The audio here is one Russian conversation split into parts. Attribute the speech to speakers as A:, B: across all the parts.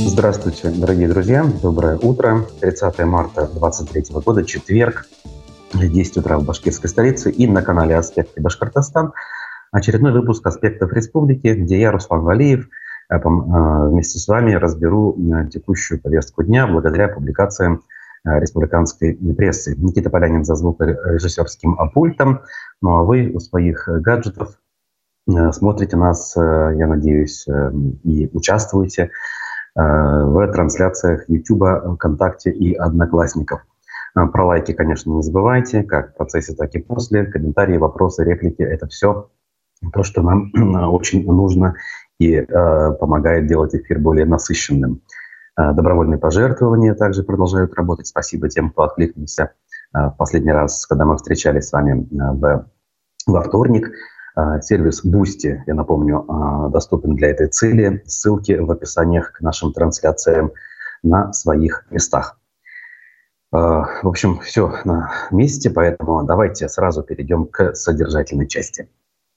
A: Здравствуйте, дорогие друзья. Доброе утро. 30 марта 2023 года, четверг, 10 утра в башкирской столице и на канале «Аспекты Башкортостан». Очередной выпуск «Аспектов Республики», где я, Руслан Валиев, вместе с вами разберу текущую повестку дня благодаря публикациям республиканской прессы. Никита Полянин за звукорежиссерским пультом. Ну а вы у своих гаджетов смотрите нас, я надеюсь, и участвуете в трансляциях YouTube, ВКонтакте и Одноклассников. Про лайки, конечно, не забывайте, как в процессе, так и после. Комментарии, вопросы, реплики — это все то, что нам очень нужно и помогает делать эфир более насыщенным. Добровольные пожертвования также продолжают работать. Спасибо тем, кто откликнулся в последний раз, когда мы встречались с вами во вторник. Сервис Boosty, я напомню, доступен для этой цели. Ссылки в описаниях к нашим трансляциям на своих местах. В общем, все на месте, поэтому давайте сразу перейдем к содержательной части.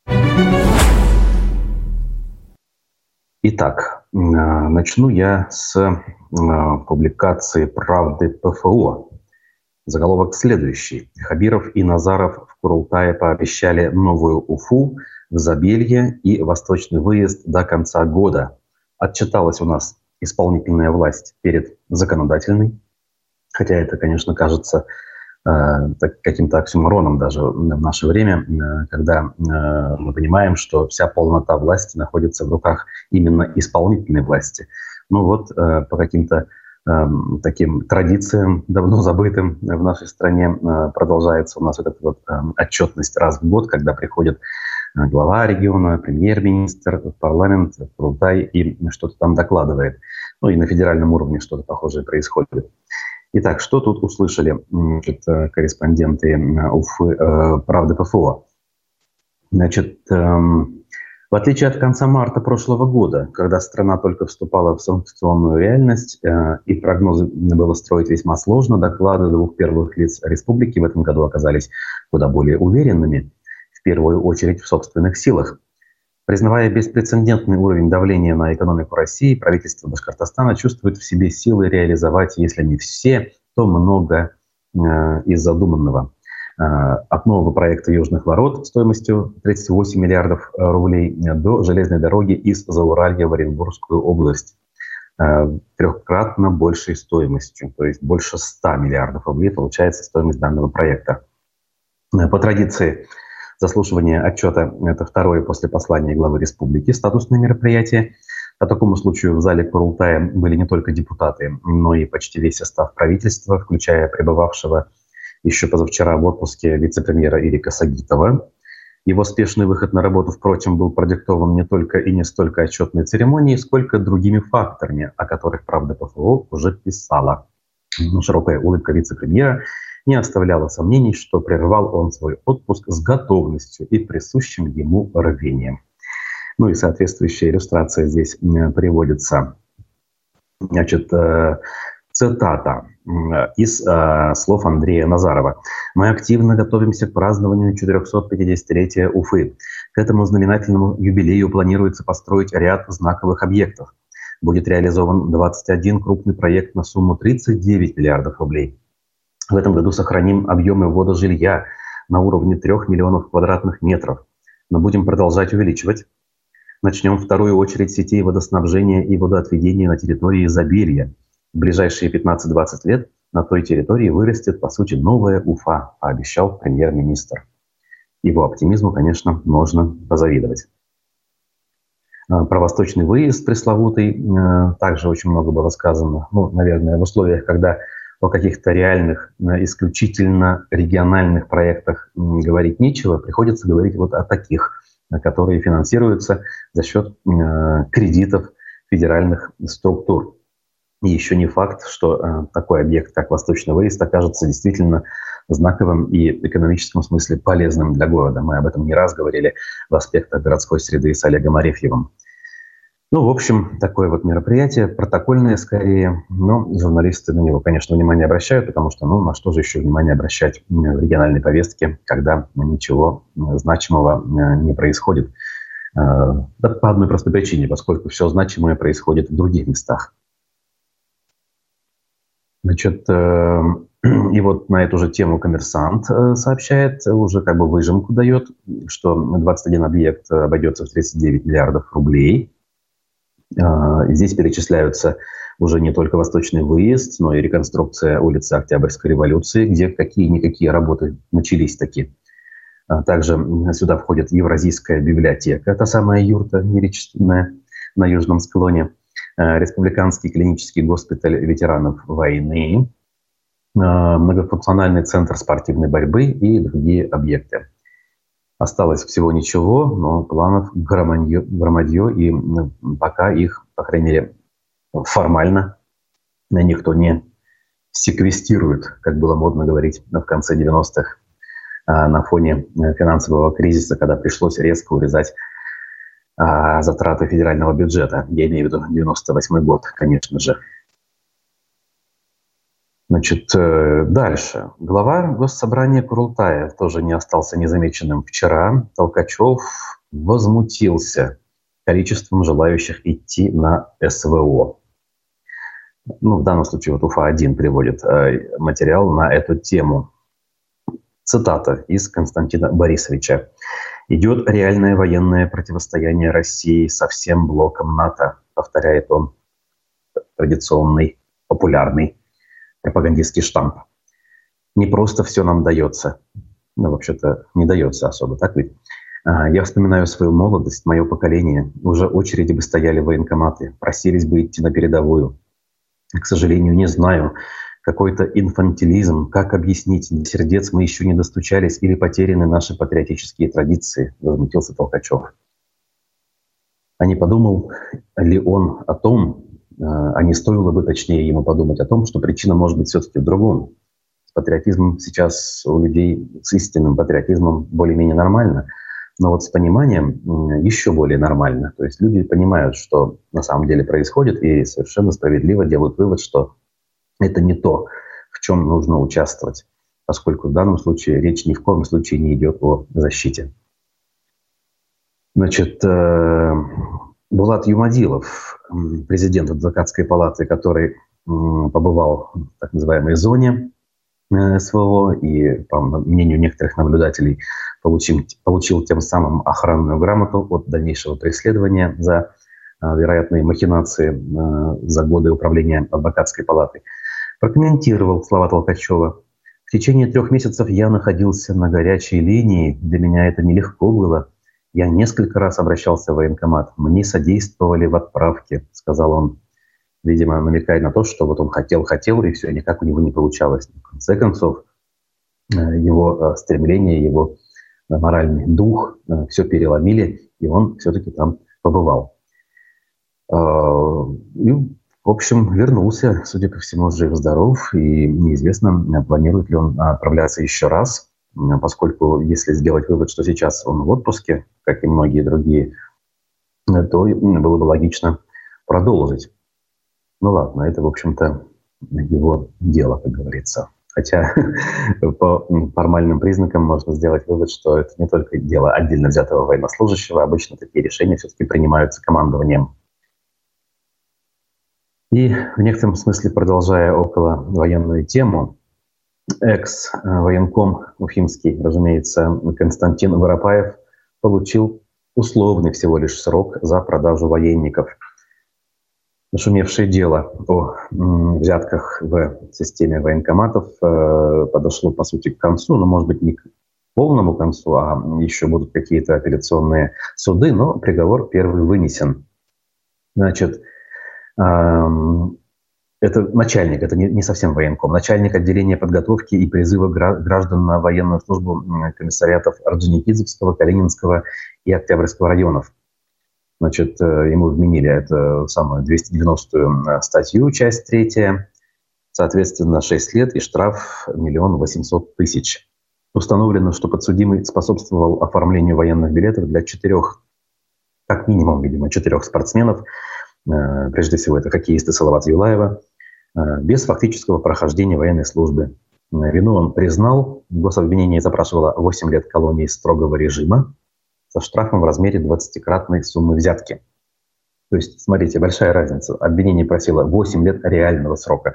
A: Итак, начну я с публикации «Правды ПФО». Заголовок следующий. Хабиров и Назаров в Курултае пообещали новую Уфу, в Забелье и восточный выезд до конца года. Отчиталась у нас исполнительная власть перед законодательной. Хотя это, конечно, кажется каким-то оксюмороном даже в наше время, когда мы понимаем, что вся полнота власти находится в руках именно исполнительной власти. Ну вот по каким-то таким традициям, давно забытым в нашей стране, продолжается у нас вот эта вот отчетность раз в год, когда приходит глава региона, премьер-министр в парламент, в Курултай и что-то там докладывает. Ну и на федеральном уровне что-то похожее происходит. Итак, что тут услышали корреспонденты Уфы «Правды ПФО»? Значит, в отличие от конца марта прошлого года, когда страна только вступала в санкционную реальность и прогнозы было строить весьма сложно, доклады двух первых лиц республики в этом году оказались куда более уверенными, в первую очередь в собственных силах. Признавая беспрецедентный уровень давления на экономику России, правительство Башкортостана чувствует в себе силы реализовать, если не все, то много из задуманного. От нового проекта «Южных ворот» стоимостью 38 миллиардов рублей до железной дороги из Зауралья в Оренбургскую область трехкратно большей стоимостью, то есть больше 100 миллиардов рублей получается стоимость данного проекта. По традиции заслушивание отчета — это второе после послания главы республики статусное мероприятие. По такому случаю в зале Курултая были не только депутаты, но и почти весь состав правительства, включая пребывавшего еще позавчера в отпуске вице-премьера Ирика Сагитова. Его спешный выход на работу, впрочем, был продиктован не только и не столько отчетной церемонией, сколько другими факторами, о которых «Правда ПФО» уже писала. Но широкая улыбка вице-премьера не оставляла сомнений, что прервал он свой отпуск с готовностью и присущим ему рвением. Ну и соответствующая иллюстрация здесь приводится. Значит, цитата из слов Андрея Назарова. «Мы активно готовимся к празднованию 450-летия Уфы. К этому знаменательному юбилею планируется построить ряд знаковых объектов. Будет реализован 21 крупный проект на сумму 39 миллиардов рублей. В этом году сохраним объемы ввода жилья на уровне 3 миллионов квадратных метров, но будем продолжать увеличивать. Начнем вторую очередь сетей водоснабжения и водоотведения на территории Забелья. В ближайшие 15-20 лет на той территории вырастет, по сути, новая Уфа», пообещал премьер-министр. Его оптимизму, конечно, можно позавидовать. Про восточный выезд пресловутый также очень много было сказано. Ну, наверное, в условиях, когда о каких-то реальных, исключительно региональных проектах говорить нечего, приходится говорить вот о таких, которые финансируются за счет кредитов федеральных структур. И еще не факт, что такой объект, как восточный выезд, окажется действительно знаковым и в экономическом смысле полезным для города. Мы об этом не раз говорили в аспектах городской среды с Олегом Арефьевым. Ну, в общем, такое вот мероприятие, протокольное скорее, но журналисты на него, конечно, внимание обращают, потому что, ну, на что же еще внимание обращать в региональной повестке, когда ничего значимого не происходит. Да, по одной простой причине, поскольку все значимое происходит в других местах. Значит, и вот на эту же тему «Коммерсант» сообщает, уже как бы выжимку дает, что 21 объект обойдется в 39 миллиардов рублей. Здесь перечисляются уже не только Восточный выезд, но и реконструкция улицы Октябрьской революции, где какие-никакие работы начались таки. Также сюда входит Евразийская библиотека, та самая юрта величественная на южном склоне, Республиканский клинический госпиталь ветеранов войны, многофункциональный центр спортивной борьбы и другие объекты. Осталось всего ничего, но планов громадье, и пока их, по крайней мере, формально никто не секвестирует, как было модно говорить в конце 90-х на фоне финансового кризиса, когда пришлось резко урезать затраты федерального бюджета. Я имею в виду 98 год, конечно же. Значит, дальше. Глава Госсобрания Курултая тоже не остался незамеченным. Вчера Толкачев возмутился количеством желающих идти на СВО. Ну, в данном случае вот Уфа-1 приводит материал на эту тему. Цитата из Константина Борисовича. «Идет реальное военное противостояние России со всем блоком НАТО», повторяет он традиционный, популярный пропагандистский штамп. «Не просто все нам дается». Ну, вообще-то, не дается особо, так ведь? Я вспоминаю свою молодость, мое поколение. Уже очереди бы стояли в военкоматы, просились бы идти на передовую. К сожалению, не знаю. Какой-то инфантилизм. Как объяснить? До сердец мы еще не достучались или потеряны наши патриотические традиции, возмутился Толкачев. А не подумал ли он о том, а не стоило бы точнее ему подумать о том, что причина может быть все-таки в другом. С патриотизмом сейчас у людей, с истинным патриотизмом более-менее нормально, но вот с пониманием еще более нормально. То есть люди понимают, что на самом деле происходит, и совершенно справедливо делают вывод, что это не то, в чем нужно участвовать, поскольку в данном случае речь ни в коем случае не идет о защите. Значит, Булат Юмадилов, президент Адвокатской палаты, который побывал в так называемой зоне СВО и, по мнению некоторых наблюдателей, получил тем самым охранную грамоту от дальнейшего преследования за вероятные махинации за годы управления Адвокатской палатой, прокомментировал слова Толкачева. «В течение 3 месяцев я находился на горячей линии. Для меня это нелегко было. Я несколько раз обращался в военкомат. Мне содействовали в отправке», — сказал он, видимо, намекая на то, что вот он хотел, и все, никак у него не получалось. В конце концов, его стремление, его моральный дух все переломили, и он все-таки там побывал. И, в общем, вернулся, судя по всему, жив-здоров, и неизвестно, планирует ли он отправляться еще раз, поскольку если сделать вывод, что сейчас он в отпуске, как и многие другие, то было бы логично продолжить. Ну ладно, это, в общем-то, его дело, как говорится. Хотя по формальным признакам можно сделать вывод, что это не только дело отдельно взятого военнослужащего, обычно такие решения все-таки принимаются командованием. И в некотором смысле, продолжая около военную тему, экс-военком уфимский, разумеется, Константин Воропаев получил условный всего лишь срок за продажу военников. Нашумевшее дело о взятках в системе военкоматов подошло, по сути, к концу, но, может быть, не к полному концу, а еще будут какие-то апелляционные суды, но приговор первый вынесен. Значит, это начальник, это не совсем военком, начальник отделения подготовки и призыва граждан на военную службу комиссариатов Орджоникидзевского, Калининского и Октябрьского районов. Значит, ему вменили эту самую 290-ю статью, часть 3, соответственно, 6 лет и штраф 1 800 000. Установлено, что подсудимый способствовал оформлению военных билетов для 4, как минимум, видимо, 4 спортсменов. Прежде всего, это хоккеисты Салават Юлаева, без фактического прохождения военной службы. Вину он признал, гособвинение запрашивало 8 лет колонии строгого режима со штрафом в размере 20-кратной суммы взятки. То есть, смотрите, большая разница. Обвинение просило 8 лет реального срока.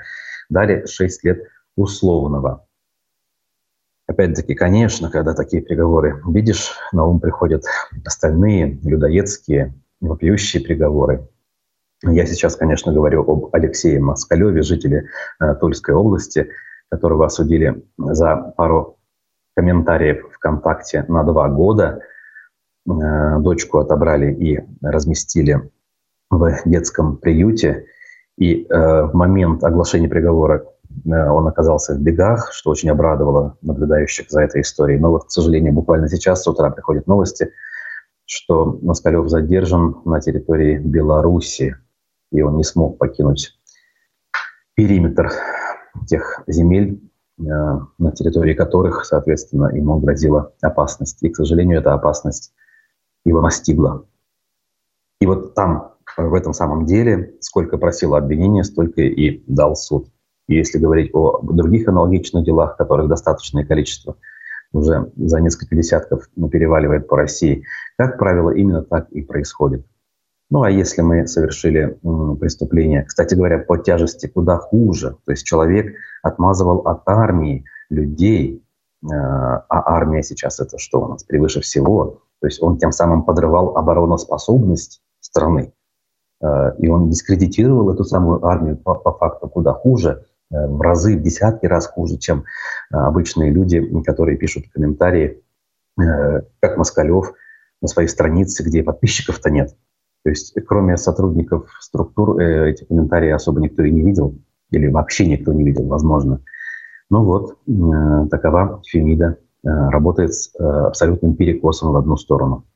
A: дали 6 лет условного. Опять-таки, конечно, когда такие приговоры видишь, на ум приходят остальные людоедские, вопиющие приговоры. Я сейчас, конечно, говорю об Алексее Москалеве, жителе Тульской области, которого осудили за пару комментариев ВКонтакте на 2 года. Дочку отобрали и разместили в детском приюте. И в момент оглашения приговора он оказался в бегах, что очень обрадовало наблюдающих за этой историей. Но вот, к сожалению, буквально сейчас с утра приходят новости, что Москалев задержан на территории Беларуси, и он не смог покинуть периметр тех земель, на территории которых, соответственно, ему грозила опасность. И, к сожалению, эта опасность его настигла. И вот там, в этом самом деле, сколько просило обвинение, столько и дал суд. И если говорить о других аналогичных делах, которых достаточное количество, уже за несколько десятков переваливает по России, как правило, именно так и происходит. Ну а если мы совершили преступление, кстати говоря, по тяжести куда хуже, то есть человек отмазывал от армии людей, а армия сейчас это что у нас превыше всего, то есть он тем самым подрывал обороноспособность страны, и он дискредитировал эту самую армию по факту куда хуже, в разы, в десятки раз хуже, чем обычные люди, которые пишут комментарии, как Москалев на своей странице, где подписчиков-то нет. То есть кроме сотрудников структур эти комментарии особо никто и не видел, или вообще никто не видел, возможно. Ну вот, такова Фемида, работает с абсолютным перекосом в одну сторону.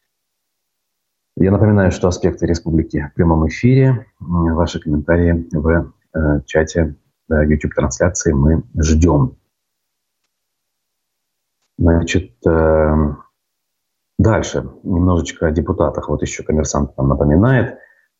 A: Я напоминаю, что «Аспекты республики» в прямом эфире. Ваши комментарии в чате YouTube-трансляции мы ждем. Значит, дальше немножечко о депутатах. Вот еще «Коммерсант» нам напоминает.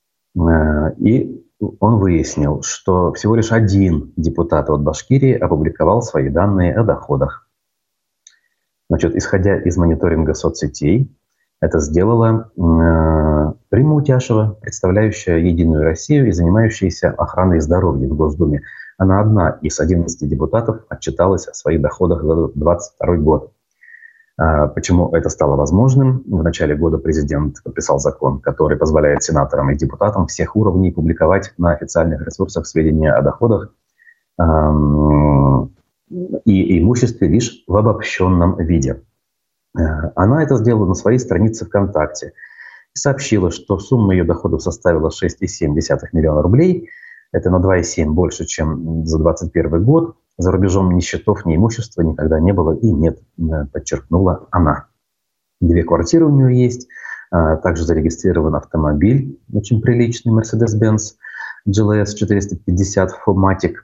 A: И он выяснил, что всего лишь один депутат от Башкирии опубликовал свои данные о доходах. Значит, исходя из мониторинга соцсетей, это сделала Римма Утяшева, представляющая «Единую Россию» и занимающаяся охраной здоровья в Госдуме. Она одна из 11 депутатов отчиталась о своих доходах за 2022 год. Почему это стало возможным? В начале года президент подписал закон, который позволяет сенаторам и депутатам всех уровней публиковать на официальных ресурсах сведения о доходах и имуществе лишь в обобщенном виде. Она это сделала на своей странице ВКонтакте и сообщила, что сумма ее доходов составила 6,7 миллиона рублей. Это на 2,7 больше, чем за 2021 год. За рубежом ни счетов, ни имущества никогда не было и нет, подчеркнула она. 2 квартиры у нее есть. Также зарегистрирован автомобиль, очень приличный, Mercedes-Benz GLS 450 Fomatic.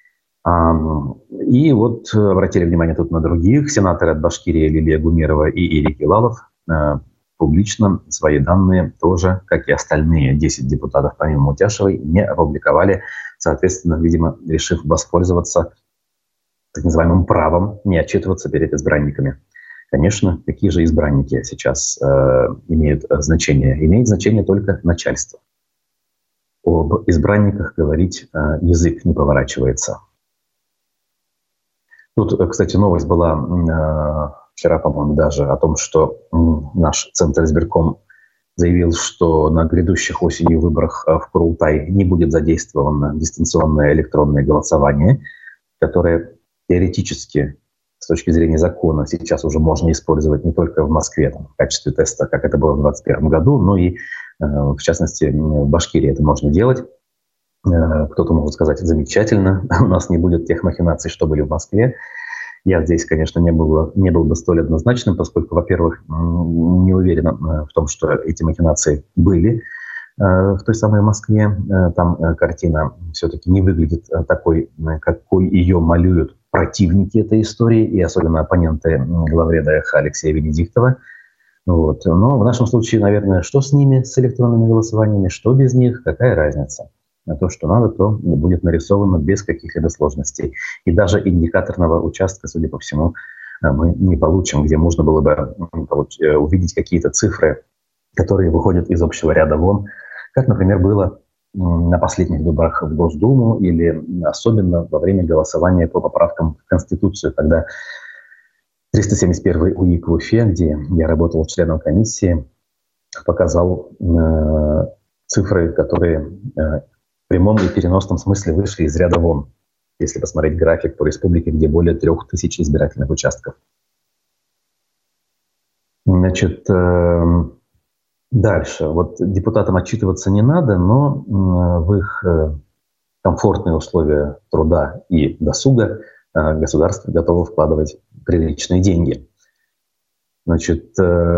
A: И вот обратили внимание тут на других. Сенаторы от Башкирии Лилия Гумерова и Ирик Илалов публично свои данные тоже, как и остальные 10 депутатов, помимо Утяшевой, не опубликовали, соответственно, видимо, решив воспользоваться так называемым правом не отчитываться перед избранниками. Конечно, какие же избранники сейчас имеют значение? Имеет значение только начальство. Об избранниках говорить язык не поворачивается. Тут, кстати, новость была вчера, по-моему, даже о том, что наш Центр избирком заявил, что на грядущих осенью выборах в Курултай не будет задействовано дистанционное электронное голосование, которое теоретически, с точки зрения закона, сейчас уже можно использовать не только в Москве в качестве теста, как это было в 2021 году, но и, в частности, в Башкирии это можно делать. Кто-то может сказать: замечательно, у нас не будет тех махинаций, что были в Москве. Я здесь, конечно, не был бы столь однозначным, поскольку, во-первых, не уверен в том, что эти махинации были в той самой Москве. Там картина все-таки не выглядит такой, какой ее малюют противники этой истории, и особенно оппоненты главреда «Эхо» Алексея Венедиктова. Вот. Но в нашем случае, наверное, что с ними, с электронными голосованиями, что без них, какая разница? На то, что надо, то будет нарисовано без каких-либо сложностей. И даже индикаторного участка, судя по всему, мы не получим, где можно было бы увидеть какие-то цифры, которые выходят из общего ряда вон, как, например, было на последних выборах в Госдуму или особенно во время голосования по поправкам в Конституцию, когда 371 УИК в Уфе, где я работал членом комиссии, показал цифры, которые в прямом и переносном смысле вышли из ряда вон. Если посмотреть график по республике, где более 3000 избирательных участков. Значит, дальше. Вот депутатам отчитываться не надо, но в их комфортные условия труда и досуга государство готово вкладывать приличные деньги. Значит,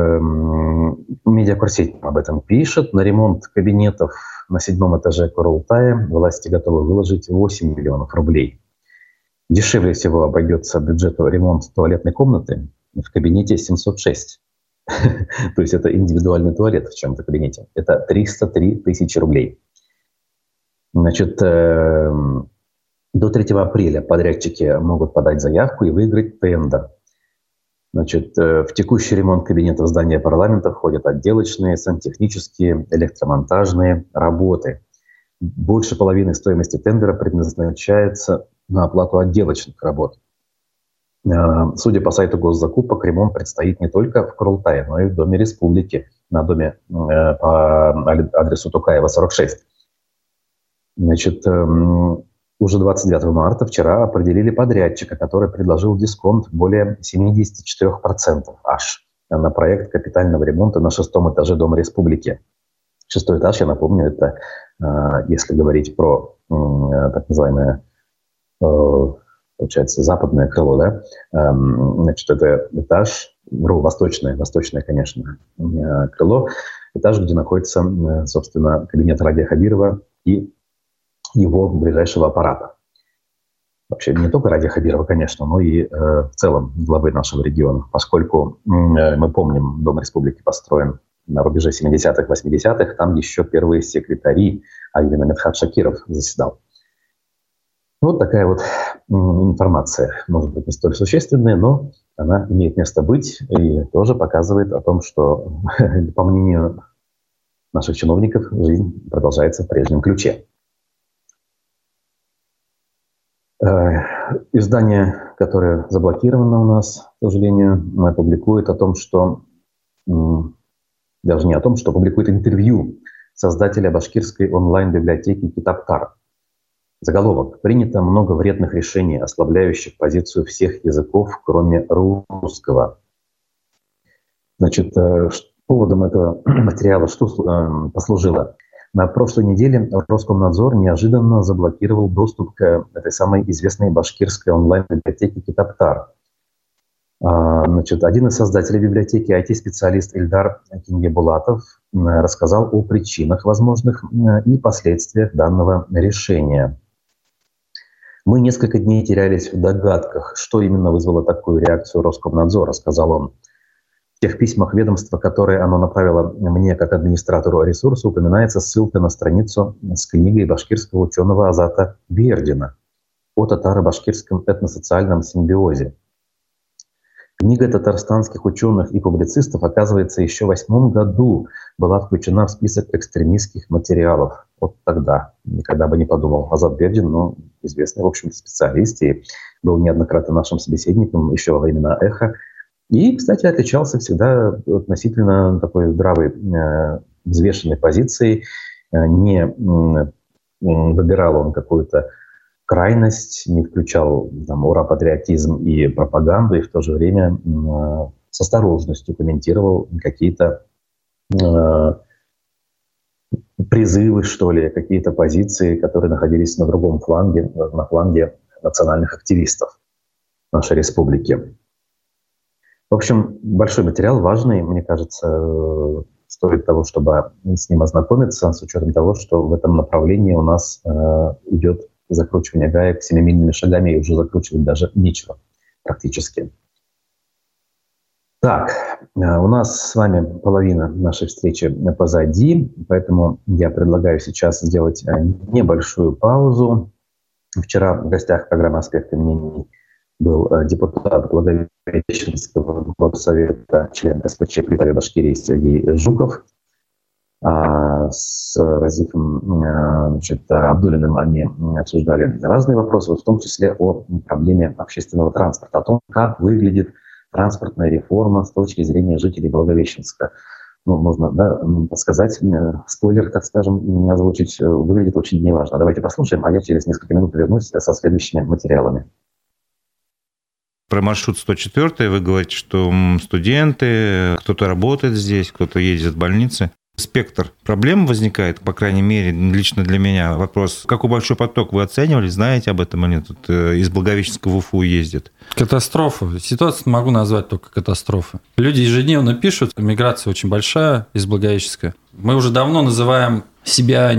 A: Медиакурсеть об этом пишет. На ремонт кабинетов на 7-м этаже Курултая власти готовы выложить 8 миллионов рублей. Дешевле всего обойдется бюджету ремонт туалетной комнаты в кабинете 706. То есть это индивидуальный туалет в чем-то кабинете. Это 303 тысячи рублей. Значит, до 3 апреля подрядчики могут подать заявку и выиграть тендер. Значит, в текущий ремонт кабинетов здания парламента входят отделочные, сантехнические, электромонтажные работы. Больше половины стоимости тендера предназначается на оплату отделочных работ. Судя по сайту госзакупок, ремонт предстоит не только в Курултае, но и в Доме Республики, на доме по адресу Токаева, 46. Значит, уже 29 марта вчера определили подрядчика, который предложил дисконт более 74% аж на проект капитального ремонта на 6-м этаже Дома Республики. 6-й этаж, я напомню, это, если говорить про так называемое, получается, западное крыло, да? Значит, это этаж, восточное, конечно, крыло, этаж, где находится, собственно, кабинет Радия Хабирова и его ближайшего аппарата. Вообще не только Радия Хабирова, конечно, но и в целом главы нашего региона, поскольку мы помним, Дом Республики построен на рубеже 70-х, 80-х, там еще первые секретари, а именно Медхат Шакиров заседал. Вот такая вот информация, может быть, не столь существенная, но она имеет место быть и тоже показывает о том, что, по мнению наших чиновников, жизнь продолжается в прежнем ключе. Издание, которое заблокировано у нас, к сожалению, публикует о том, что... Даже не о том, что публикует интервью создателя башкирской онлайн-библиотеки Китаптар. Заголовок. Принято много вредных решений, ослабляющих позицию всех языков, кроме русского. Значит, поводом этого материала что послужило? На прошлой неделе Роскомнадзор неожиданно заблокировал доступ к этой самой известной башкирской онлайн-библиотеке Китаптар. Значит, один из создателей библиотеки, IT-специалист Ильдар Кингебулатов, рассказал о причинах возможных и последствиях данного решения. Мы несколько дней терялись в догадках, что именно вызвало такую реакцию Роскомнадзора, сказал он. В тех письмах ведомства, которые оно направило мне как администратору ресурса, упоминается ссылка на страницу с книгой башкирского ученого Азата Бердина о татаро-башкирском этносоциальном симбиозе. Книга татарстанских ученых и публицистов, оказывается, еще в 2008 году была включена в список экстремистских материалов. Вот тогда. Никогда бы не подумал. Азат Бердин, ну, известный, в общем-то, специалист, и был неоднократно нашим собеседником еще во времена «Эхо». И, кстати, отличался всегда относительно такой здравой, взвешенной позицией. Не выбирал он какую-то крайность, не включал там ура-патриотизм и пропаганду, и в то же время с осторожностью комментировал какие-то призывы, что ли, какие-то позиции, которые находились на другом фланге, на фланге национальных активистов нашей республики. В общем, большой материал, важный, мне кажется, стоит того, чтобы с ним ознакомиться, с учетом того, что в этом направлении у нас идет закручивание гаек семимильными шагами, и уже закручивать даже нечего практически. Так, у нас с вами половина нашей встречи позади, поэтому я предлагаю сейчас сделать небольшую паузу. Вчера в гостях программы «Аспекты мнений» был депутат Благовещенского горсовета, член СПЧ при Башкирии Сергей Жуков. С Разифом Абдуллиным они обсуждали разные вопросы, в том числе о проблеме общественного транспорта, о том, как выглядит транспортная реформа с точки зрения жителей Благовещенска. Можно подсказать, спойлер, так скажем, озвучить, выглядит очень неважно. Давайте послушаем, а я через несколько минут вернусь со следующими материалами.
B: Про маршрут 104 вы говорите, что студенты, кто-то работает здесь, кто-то ездит в больницы. Спектр проблем возникает, по крайней мере, лично для меня. Вопрос, какой большой поток вы оценивали, знаете об этом или нет? Тут из Благовещенска в Уфу ездит.
C: Катастрофа. Ситуацию могу назвать только катастрофой. Люди ежедневно пишут, миграция очень большая из Благовещенска. Мы уже давно называем себя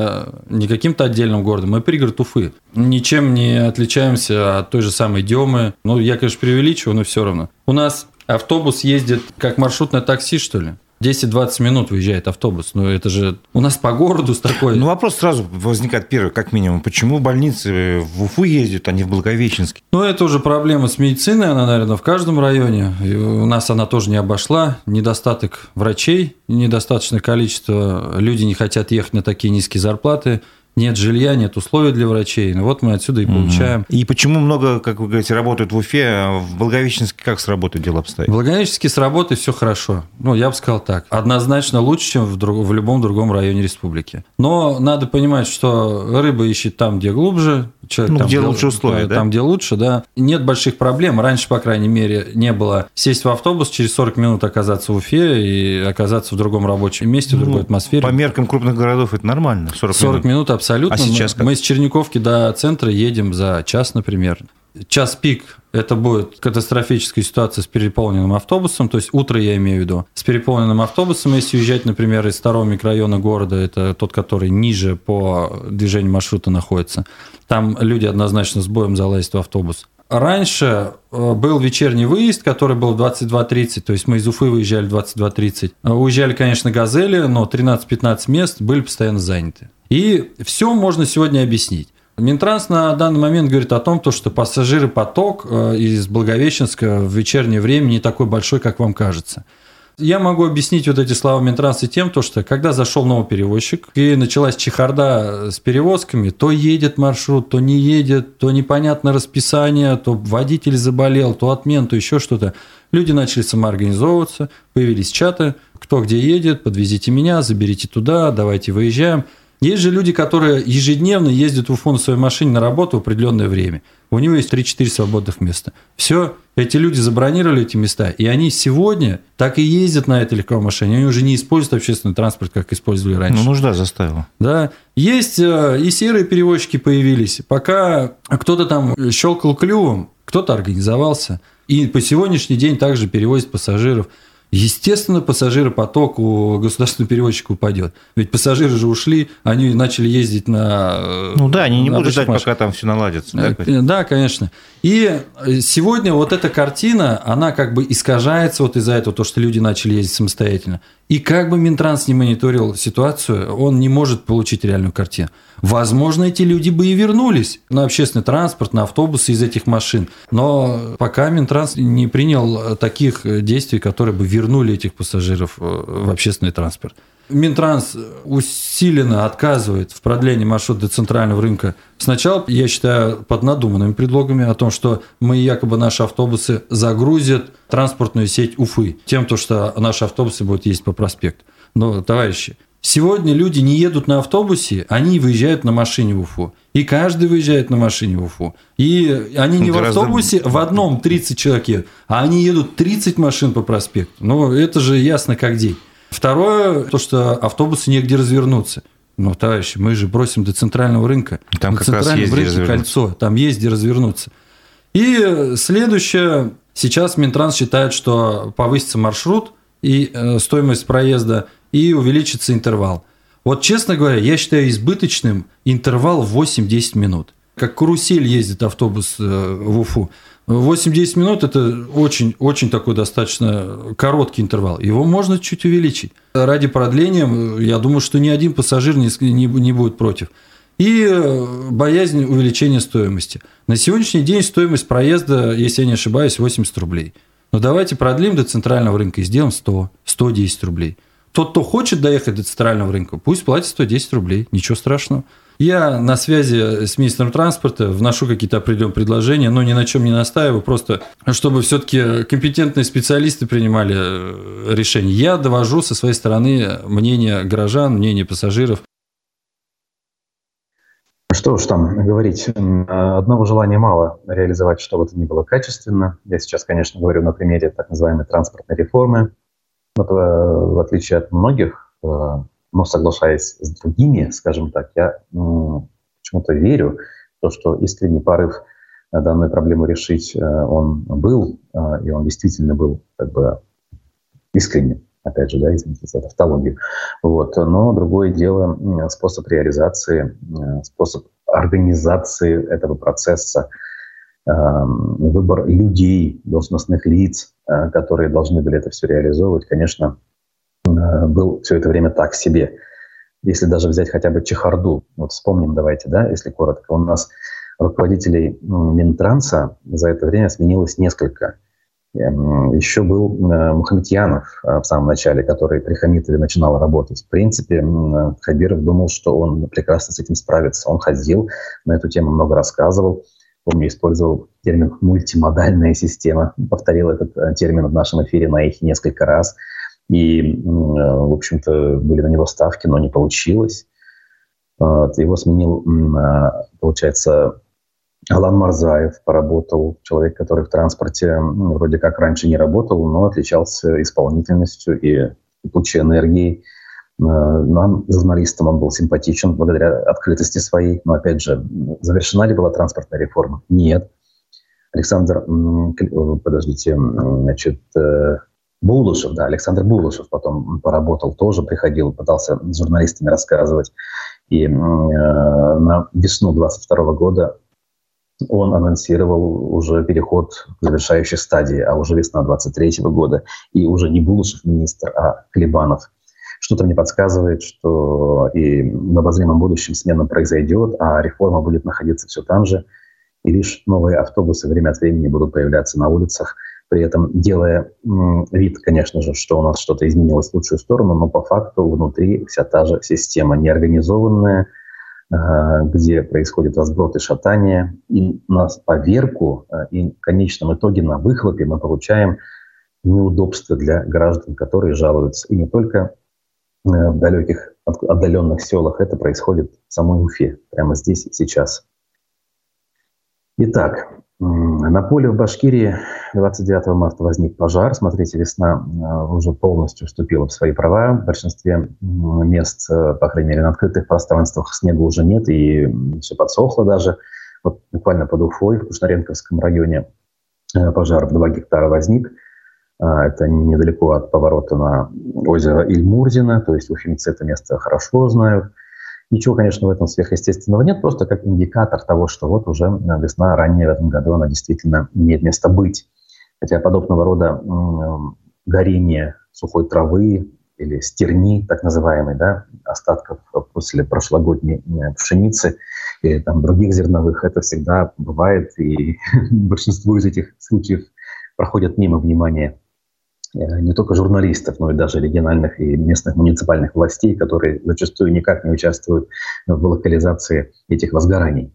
C: не каким-то отдельным городом, мы пригород Уфы. Ничем не отличаемся от той же самой Демы. Я, конечно, преувеличиваю, но все равно. У нас автобус ездит как маршрутное такси, что ли? 10-20 минут выезжает автобус. Это же у нас по городу с такой...
B: Вопрос сразу возникает первый, как минимум. Почему больницы в Уфу ездят, а не в Благовещенске?
C: Это уже проблема с медициной, она, наверное, в каждом районе. И у нас она тоже не обошла. Недостаток врачей, недостаточное количество. Люди не хотят ехать на такие низкие зарплаты. Нет жилья, нет условий для врачей. Мы отсюда и получаем.
B: И почему много, как вы говорите, работают в Уфе, а в Благовещенске как с работой дело обстоит?
C: В Благовещенске с работой все хорошо. Я бы сказал так. Однозначно лучше, чем в любом другом районе республики. Но надо понимать, что рыба ищет там, где глубже. Человек
B: где лучше условия, да?
C: Там, где лучше, да. Нет больших проблем. Раньше, по крайней мере, не было сесть в автобус, через 40 минут оказаться в Уфе и оказаться в другом рабочем месте, в другой атмосфере.
B: По меркам крупных городов это нормально, 40 минут
C: абсолютно.
B: А сейчас как?
C: Мы с Черниковки до центра едем за час, например. Час пик – это будет катастрофическая ситуация с переполненным автобусом, то есть утро я имею в виду. С переполненным автобусом, если уезжать, например, из второго микрорайона города, это тот, который ниже по движению маршрута находится, там люди однозначно с боем залазят в автобус. Раньше был вечерний выезд, который был в 22:30, то есть мы из Уфы выезжали в 22:30. Уезжали, конечно, «Газели», но 13-15 мест были постоянно заняты. И все можно сегодня объяснить. Минтранс на данный момент говорит о том, что пассажиропоток из Благовещенска в вечернее время не такой большой, как вам кажется. Я могу объяснить эти слова Минтранса тем, что когда зашел новый перевозчик и началась чехарда с перевозками, то едет маршрут, то не едет, то непонятно расписание, то водитель заболел, то отмен, то еще что-то. Люди начали самоорганизовываться, появились чаты, кто где едет, подвезите меня, заберите туда, давайте выезжаем. Есть же люди, которые ежедневно ездят в Уфу на своей машине на работу в определенное время. У него есть 3-4 свободных места. Все, эти люди забронировали эти места, и они сегодня так и ездят на этой легковой машине. Они уже не используют общественный транспорт, как использовали раньше.
B: Нужда заставила.
C: Да. Есть и серые перевозчики появились. Пока кто-то там щелкал клювом, кто-то организовался. И по сегодняшний день также перевозят пассажиров. Естественно, пассажиропоток у государственного перевозчика упадет. Ведь пассажиры же ушли, они начали ездить на...
B: они не будут ждать, пока там все наладится.
C: Да, конечно. И сегодня эта картина, она искажается из-за этого, то, что люди начали ездить самостоятельно. И как бы Минтранс не мониторил ситуацию, он не может получить реальную картину. Возможно, эти люди бы и вернулись на общественный транспорт, на автобусы из этих машин. Но пока Минтранс не принял таких действий, которые бы вернули этих пассажиров в общественный транспорт. Минтранс усиленно отказывает в продлении маршрута до центрального рынка. Сначала, я считаю, под надуманными предлогами о том, что мы якобы наши автобусы загрузят транспортную сеть Уфы тем, что наши автобусы будут ездить по проспекту. Но, товарищи, сегодня люди не едут на автобусе, они выезжают на машине в Уфу. И каждый выезжает на машине в Уфу. И они не в автобусе, в одном 30 человек едут, а они едут 30 машин по проспекту. Это же ясно как день. Второе, то, что автобусы негде развернуться. Товарищи, мы же бросим до центрального рынка.
B: Там как раз есть где развернуться.
C: Кольцо, там есть где развернуться. И следующее. Сейчас Минтранс считает, что повысится маршрут и стоимость проезда, и увеличится интервал. Честно говоря, я считаю избыточным интервал в 8-10 минут. Как карусель ездит автобус в Уфу. 8-10 минут – это очень такой достаточно короткий интервал. Его можно чуть увеличить. Ради продления, я думаю, что ни один пассажир не будет против. И боязнь увеличения стоимости. На сегодняшний день стоимость проезда, если я не ошибаюсь, 80 рублей. Но давайте продлим до центрального рынка и сделаем 100, 110 рублей. Тот, кто хочет доехать до центрального рынка, пусть платит 110 рублей, ничего страшного. Я на связи с министром транспорта вношу какие-то определенные предложения, но ни на чем не настаиваю, просто чтобы все-таки компетентные специалисты принимали решения. Я довожу со своей стороны мнение горожан, мнение пассажиров.
A: Что уж там говорить, одного желания мало реализовать что бы то ни было качественно. Я сейчас, конечно, говорю на примере так называемой транспортной реформы. Вот, в отличие от многих, но соглашаясь с другими, скажем так, я почему-то верю в то, что искренний порыв данную проблему решить, он был, и он действительно был как бы искренним. Опять же, да, извините за тавтологию. Вот. Но другое дело способ реализации, способ организации этого процесса, выбор людей, должностных лиц, которые должны были это все реализовывать, конечно, был все это время так себе. Если даже взять хотя бы чехарду, вот вспомним давайте, да, если коротко, у нас руководителей Минтранса за это время сменилось несколько. Еще был Мухаметьянов в самом начале, который при Хамитове начинал работать. В принципе, Хабиров думал, что он прекрасно с этим справится. Он ходил, на эту тему много рассказывал. Помню, использовал термин «мультимодальная система». Повторил этот термин в нашем эфире на эхе несколько раз. И, в общем-то, были на него ставки, но не получилось. Его сменил, получается, Алан Марзаев поработал, человек, который в транспорте вроде как раньше не работал, но отличался исполнительностью и кучей энергии. Нам, журналистам, он был симпатичен благодаря открытости своей. Но, опять же, завершена ли была транспортная реформа? Нет. Александр Булышев потом поработал, тоже приходил, пытался с журналистами рассказывать. И на весну 22 года он анонсировал уже переход к завершающей стадии, а уже весна 23 года. И уже не Булышев министр, а Клебанов. Что-то мне подсказывает, что и в обозримом будущем смена произойдет, а реформа будет находиться все там же. И лишь новые автобусы время от времени будут появляться на улицах, при этом делая вид, конечно же, что у нас что-то изменилось в лучшую сторону, но по факту внутри вся та же система неорганизованная, где происходит разброд и шатание. И на поверку, и в конечном итоге на выхлопе мы получаем неудобства для граждан, которые жалуются. И не только в далеких, отдаленных селах, это происходит в самой Уфе, прямо здесь и сейчас. Итак, на поле в Башкирии 29 марта возник пожар. Смотрите, весна уже полностью вступила в свои права. В большинстве мест, по крайней мере, на открытых пространствах снега уже нет, и все подсохло даже. Вот буквально под Уфой, в Кушнаренковском районе, пожар в 2 гектара возник. Это недалеко от поворота на озеро Ильмурзино, то есть уфимцы это место хорошо знают. Ничего, конечно, в этом сверхъестественного нет, просто как индикатор того, что вот уже весна ранняя в этом году, она действительно имеет место быть. Хотя подобного рода горение сухой травы или стерни, так называемой, да, остатков после прошлогодней пшеницы или там других зерновых, это всегда бывает, и большинство из этих случаев проходят мимо внимания не только журналистов, но и даже региональных и местных муниципальных властей, которые зачастую никак не участвуют в локализации этих возгораний.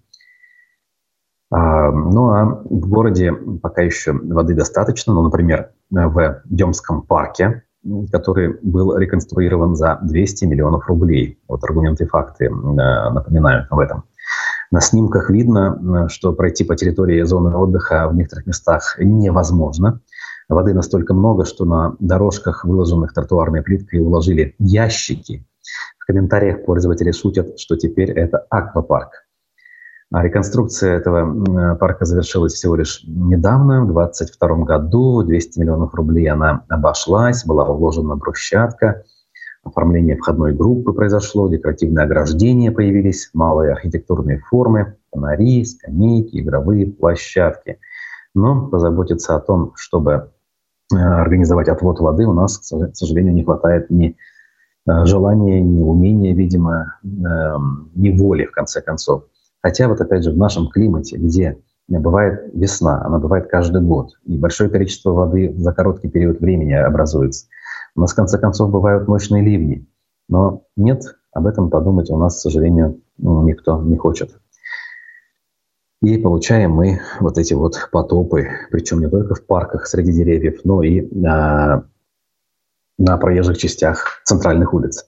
A: Ну а в городе пока еще воды достаточно. Ну, например, в Демском парке, который был реконструирован за 200 миллионов рублей. Вот аргументы и факты напоминают об этом. На снимках видно, что пройти по территории зоны отдыха в некоторых местах невозможно. Воды настолько много, что на дорожках, выложенных тротуарной плиткой, уложили ящики. В комментариях пользователи шутят, что теперь это аквапарк. А реконструкция этого парка завершилась всего лишь недавно, в 2022 году. 200 миллионов рублей она обошлась, была вложена брусчатка. Оформление входной группы произошло, декоративные ограждения появились, малые архитектурные формы, фонари, скамейки, игровые площадки. Но позаботиться о том, чтобы организовать отвод воды, у нас, к сожалению, не хватает ни желания, ни умения, видимо, ни воли, в конце концов. Хотя вот опять же в нашем климате, где бывает весна, она бывает каждый год, и большое количество воды за короткий период времени образуется. У нас, в конце концов, бывают мощные ливни. Но нет, об этом подумать у нас, к сожалению, никто не хочет. И получаем мы вот эти вот потопы, причем не только в парках среди деревьев, но и на проезжих частях центральных улиц.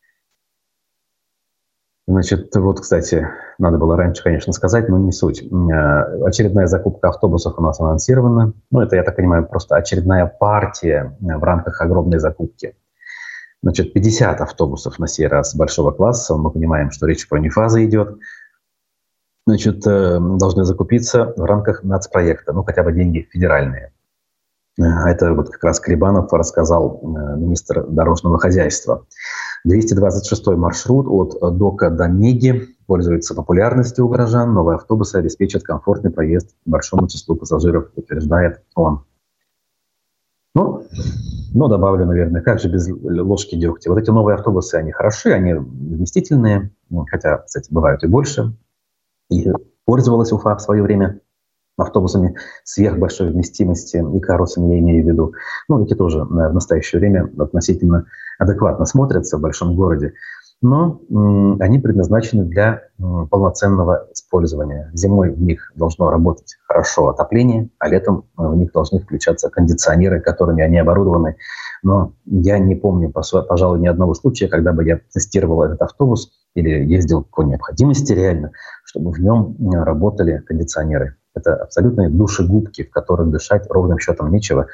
A: Значит, вот, кстати, надо было раньше, конечно, сказать, но не суть. Очередная закупка автобусов у нас анонсирована. Ну, это, я так понимаю, просто очередная партия в рамках огромной закупки. Значит, 50 автобусов на сей раз большого класса. Мы понимаем, что речь про нефазы идет. Значит, должны закупиться в рамках нацпроекта, ну, хотя бы деньги федеральные. Это вот как раз Клебанов рассказал, министр дорожного хозяйства. 226-й маршрут от Дока до Меги пользуется популярностью у горожан. Новые автобусы обеспечат комфортный проезд большому числу пассажиров, утверждает он. Ну, добавлю, наверное, как же без ложки дегтя. Вот эти новые автобусы, они хороши, они вместительные, хотя, кстати, бывают и больше. И пользовалась Уфа в свое время автобусами сверхбольшой вместимости, и карусами я имею в виду. Ну, эти тоже в настоящее время относительно адекватно смотрятся в большом городе, но они предназначены для полноценного использования. Зимой в них должно работать хорошо отопление, а летом в них должны включаться кондиционеры, которыми они оборудованы. Но я не помню, пожалуй, ни одного случая, когда бы я тестировал этот автобус или ездил по необходимости реально, чтобы в нем работали кондиционеры. Это абсолютные душегубки, в которых дышать ровным счетом нечем.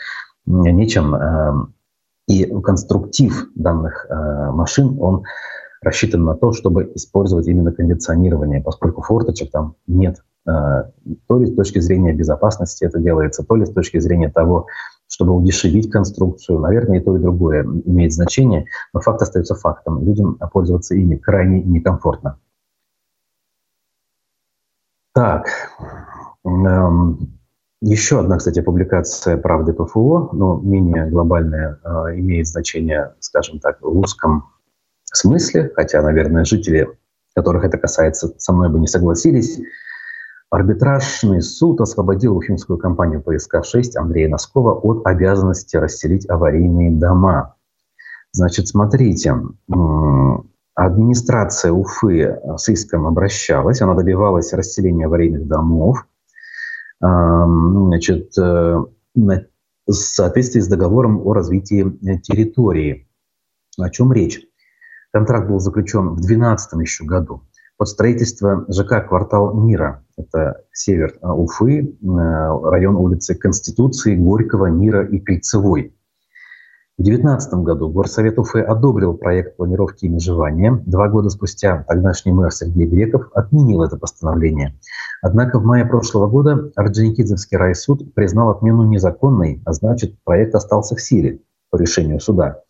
A: И конструктив данных машин, он рассчитан на то, чтобы использовать именно кондиционирование, поскольку форточек там нет. То ли с точки зрения безопасности это делается, то ли с точки зрения того, чтобы удешевить конструкцию. Наверное, и то, и другое имеет значение, но факт остается фактом. Людям пользоваться ими крайне некомфортно. Так, еще одна, кстати, публикация «Правды ПФО», но менее глобальная, имеет значение, скажем так, в узком смысле, хотя, наверное, жители, которых это касается, со мной бы не согласились. Арбитражный суд освободил уфимскую компанию ПСК-6 Андрея Носкова от обязанности расселить аварийные дома. Значит, смотрите, администрация Уфы с иском обращалась, она добивалась расселения аварийных домов, значит, в соответствии с договором о развитии территории. О чем речь? Контракт был заключен в 2012 еще году под строительство ЖК «Квартал Мира». Это север Уфы, район улицы Конституции, Горького, Мира и Кольцевой. В 2019 году Горсовет Уфы одобрил проект планировки и межевания. 2 года спустя тогдашний мэр Сергей Греков отменил это постановление. Однако в мае прошлого года Орджоникидзевский райсуд признал отмену незаконной, а значит, проект остался в силе по решению суда.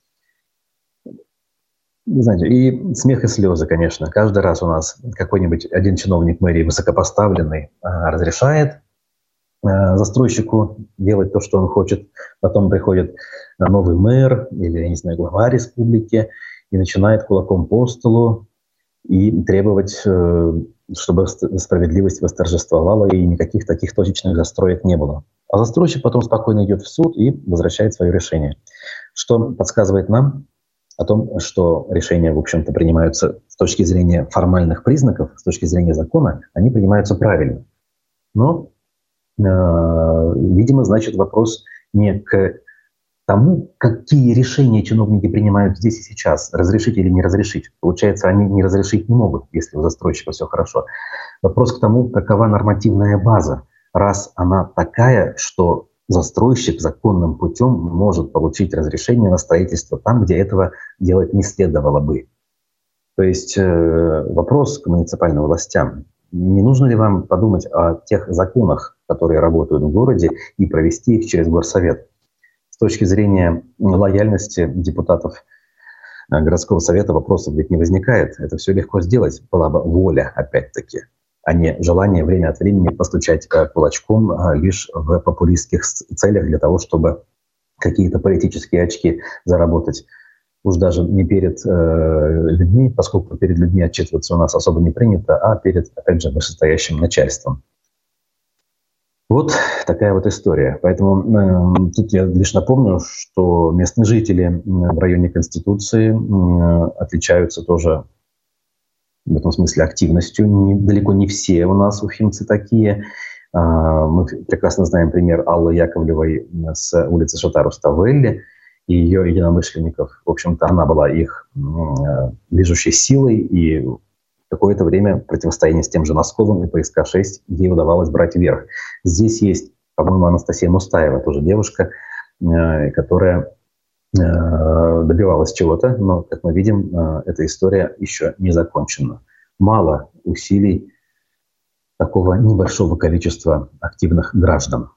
A: Не знаете, и смех и слезы, конечно. Каждый раз у нас какой-нибудь один чиновник мэрии высокопоставленный разрешает застройщику делать то, что он хочет. Потом приходит новый мэр или, я не знаю, глава республики и начинает кулаком по столу и требовать, чтобы справедливость восторжествовала и никаких таких точечных застроек не было. А застройщик потом спокойно идет в суд и возвращает свое решение. Что подсказывает нам о том, что решения, в общем-то, принимаются с точки зрения формальных признаков, с точки зрения закона, они принимаются правильно. Но, видимо, значит, вопрос не к тому, какие решения чиновники принимают здесь и сейчас, разрешить или не разрешить. Получается, они не разрешить не могут, если у застройщика все хорошо. Вопрос к тому, какова нормативная база, раз она такая, что застройщик законным путем может получить разрешение на строительство там, где этого делать не следовало бы. То есть вопрос к муниципальным властям. Не нужно ли вам подумать о тех законах, которые работают в городе, и провести их через Горсовет? С точки зрения лояльности депутатов городского совета вопросов ведь не возникает. Это все легко сделать, была бы воля, опять-таки, а не желание время от времени постучать кулачком лишь в популистских целях для того, чтобы какие-то политические очки заработать. Уж даже не перед людьми, поскольку перед людьми отчитываться у нас особо не принято, а перед, опять же, вышестоящим начальством. Вот такая вот история. Поэтому тут я лишь напомню, что местные жители в районе Конституции отличаются тоже в этом смысле активностью. Далеко не все у нас уфимцы такие. Мы прекрасно знаем пример Аллы Яковлевой с улицы Шотару-Ставелли и ее единомышленников. В общем-то, она была их движущей силой, и какое-то время противостояние с тем же Носковым и ПСК-6 ей удавалось брать вверх. Здесь есть, по-моему, Анастасия Мустаева, тоже девушка, которая добивалась чего-то, но, как мы видим, эта история еще не закончена. Мало усилий такого небольшого количества активных граждан.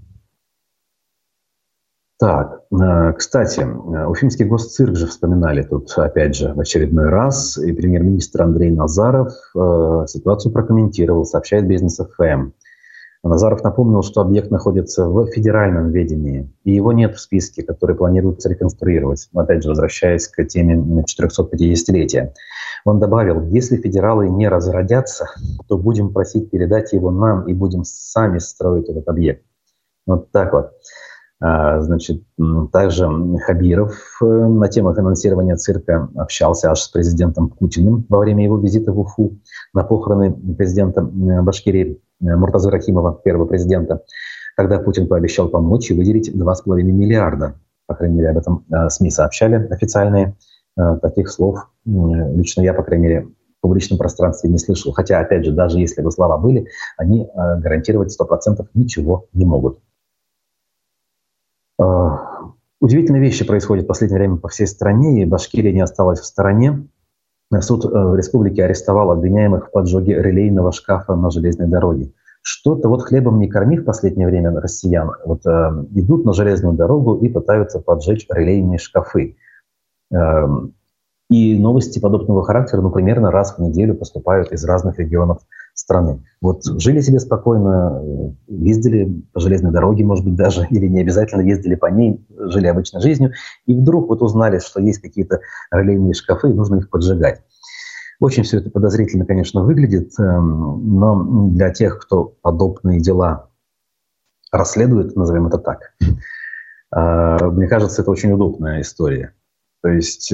A: Так, кстати, Уфимский госцирк же вспоминали тут, опять же, в очередной раз. И премьер-министр Андрей Назаров ситуацию прокомментировал, сообщает Бизнес ФМ. Назаров напомнил, что объект находится в федеральном ведении, и его нет в списке, который планируется реконструировать. Опять же, возвращаясь к теме 450-летия. Он добавил, если федералы не разродятся, то будем просить передать его нам и будем сами строить этот объект. Вот так вот. Значит, также Хабиров на тему финансирования цирка общался аж с президентом Путиным во время его визита в Уфу на похороны президента Башкирии Муртазы Рахимова, первого президента, когда Путин пообещал помочь и выделить 2,5 миллиарда. По крайней мере, об этом СМИ сообщали официальные. Таких слов лично я, по крайней мере, в публичном пространстве не слышал. Хотя, опять же, даже если бы слова были, они гарантировать 100% ничего не могут. Удивительные вещи происходят в последнее время по всей стране, и Башкирия не осталась в стороне. Суд в республике арестовал обвиняемых в поджоге релейного шкафа на железной дороге. Что-то вот хлебом не корми в последнее время россиян. Вот идут на железную дорогу и пытаются поджечь релейные шкафы. И новости подобного характера, примерно раз в неделю поступают из разных регионов страны. Вот жили себе спокойно, ездили по железной дороге, может быть, даже, или не обязательно ездили по ней, жили обычной жизнью, и вдруг вот узнали, что есть какие-то релейные шкафы, и нужно их поджигать. Очень все это подозрительно, конечно, выглядит, но для тех, кто подобные дела расследует, назовем это так, мне кажется, это очень удобная история. То есть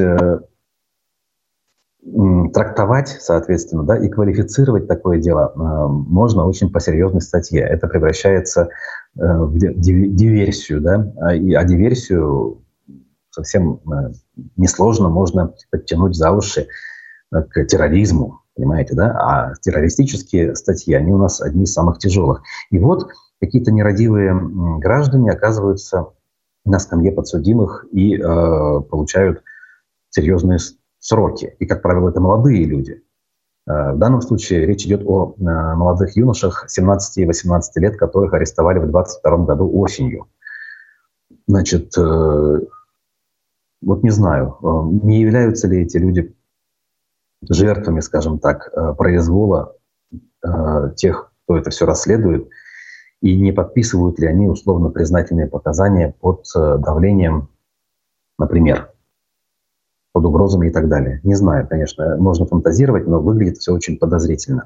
A: трактовать, соответственно, да, и квалифицировать такое дело можно очень по серьезной статье. Это превращается в диверсию, да, а диверсию совсем несложно можно подтянуть за уши к терроризму, понимаете, да? А террористические статьи, они у нас одни из самых тяжелых. И вот какие-то нерадивые граждане оказываются на скамье подсудимых и получают серьезные сроки. И, как правило, это молодые люди. В данном случае речь идет о молодых юношах 17 и 18 лет, которых арестовали в 2022 году осенью. Значит, вот не знаю, не являются ли эти люди жертвами, скажем так, произвола тех, кто это все расследует, и не подписывают ли они условно признательные показания под давлением, например, под угрозами и так далее. Не знаю, конечно, можно фантазировать, но выглядит все очень подозрительно.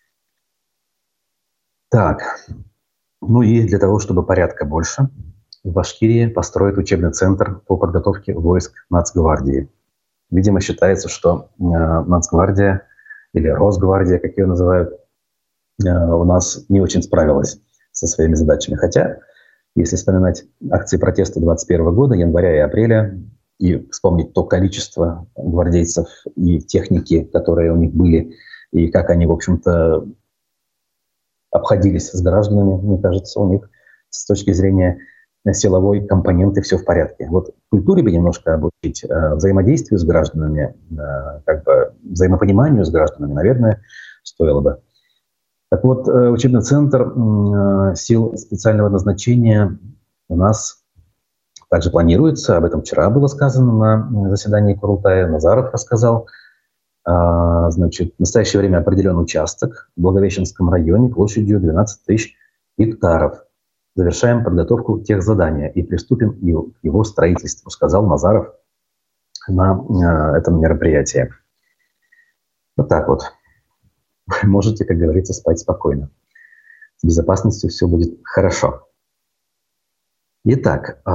A: Так, ну и для того, чтобы порядка больше, в Башкирии построят учебный центр по подготовке войск Нацгвардии. Видимо, считается, что Нацгвардия или Росгвардия, как ее называют, у нас не очень справилась со своими задачами. Хотя, если вспоминать акции протеста 2021 года, января и апреля, и вспомнить то количество гвардейцев и техники, которые у них были, и как они, в общем-то, обходились с гражданами, мне кажется, у них с точки зрения силовой компоненты все в порядке. Вот культуре бы немножко обучить, взаимодействию с гражданами, как бы взаимопониманию с гражданами, наверное, стоило бы. Так вот, учебный центр сил специального назначения у нас также планируется. Об этом вчера было сказано на заседании Курултая. Назаров рассказал. Значит, в настоящее время определен участок в Благовещенском районе площадью 12 тысяч гектаров. Завершаем подготовку техзадания и приступим к его строительству, сказал Назаров на этом мероприятии. Вот так вот. Можете, как говорится, спать спокойно. с безопасностью все будет хорошо. Итак,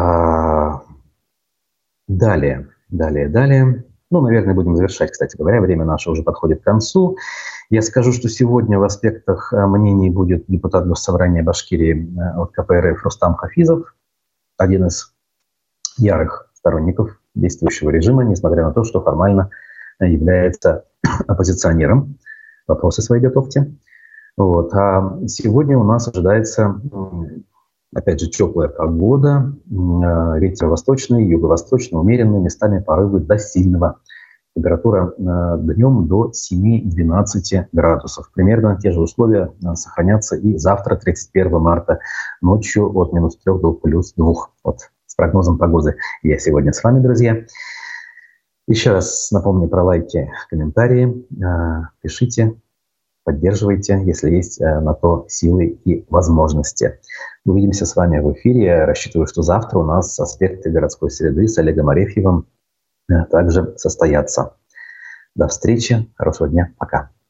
A: далее. Ну, наверное, будем завершать, кстати говоря. Время наше уже подходит к концу. Я скажу, что сегодня в аспектах мнений будет депутат Госсобрания Башкирии от КПРФ Рустам Хафизов, один из ярых сторонников действующего режима, несмотря на то, что формально является оппозиционером. Вопросы свои готовьте. Вот. А сегодня у нас ожидается, опять же, теплая погода, ветер восточный, юго-восточный, умеренный, местами порывы до сильного. Температура днем до 7-12 градусов. Примерно те же условия сохранятся и завтра, 31 марта, ночью от -3 до +2. Вот с прогнозом погоды я сегодня с вами, друзья. Еще раз напомню про лайки, комментарии. Пишите, поддерживайте, если есть на то силы и возможности. Увидимся с вами в эфире. Я рассчитываю, что завтра у нас аспекты городской среды с Олегом Арефьевым также состоятся. До встречи. Хорошего дня. Пока.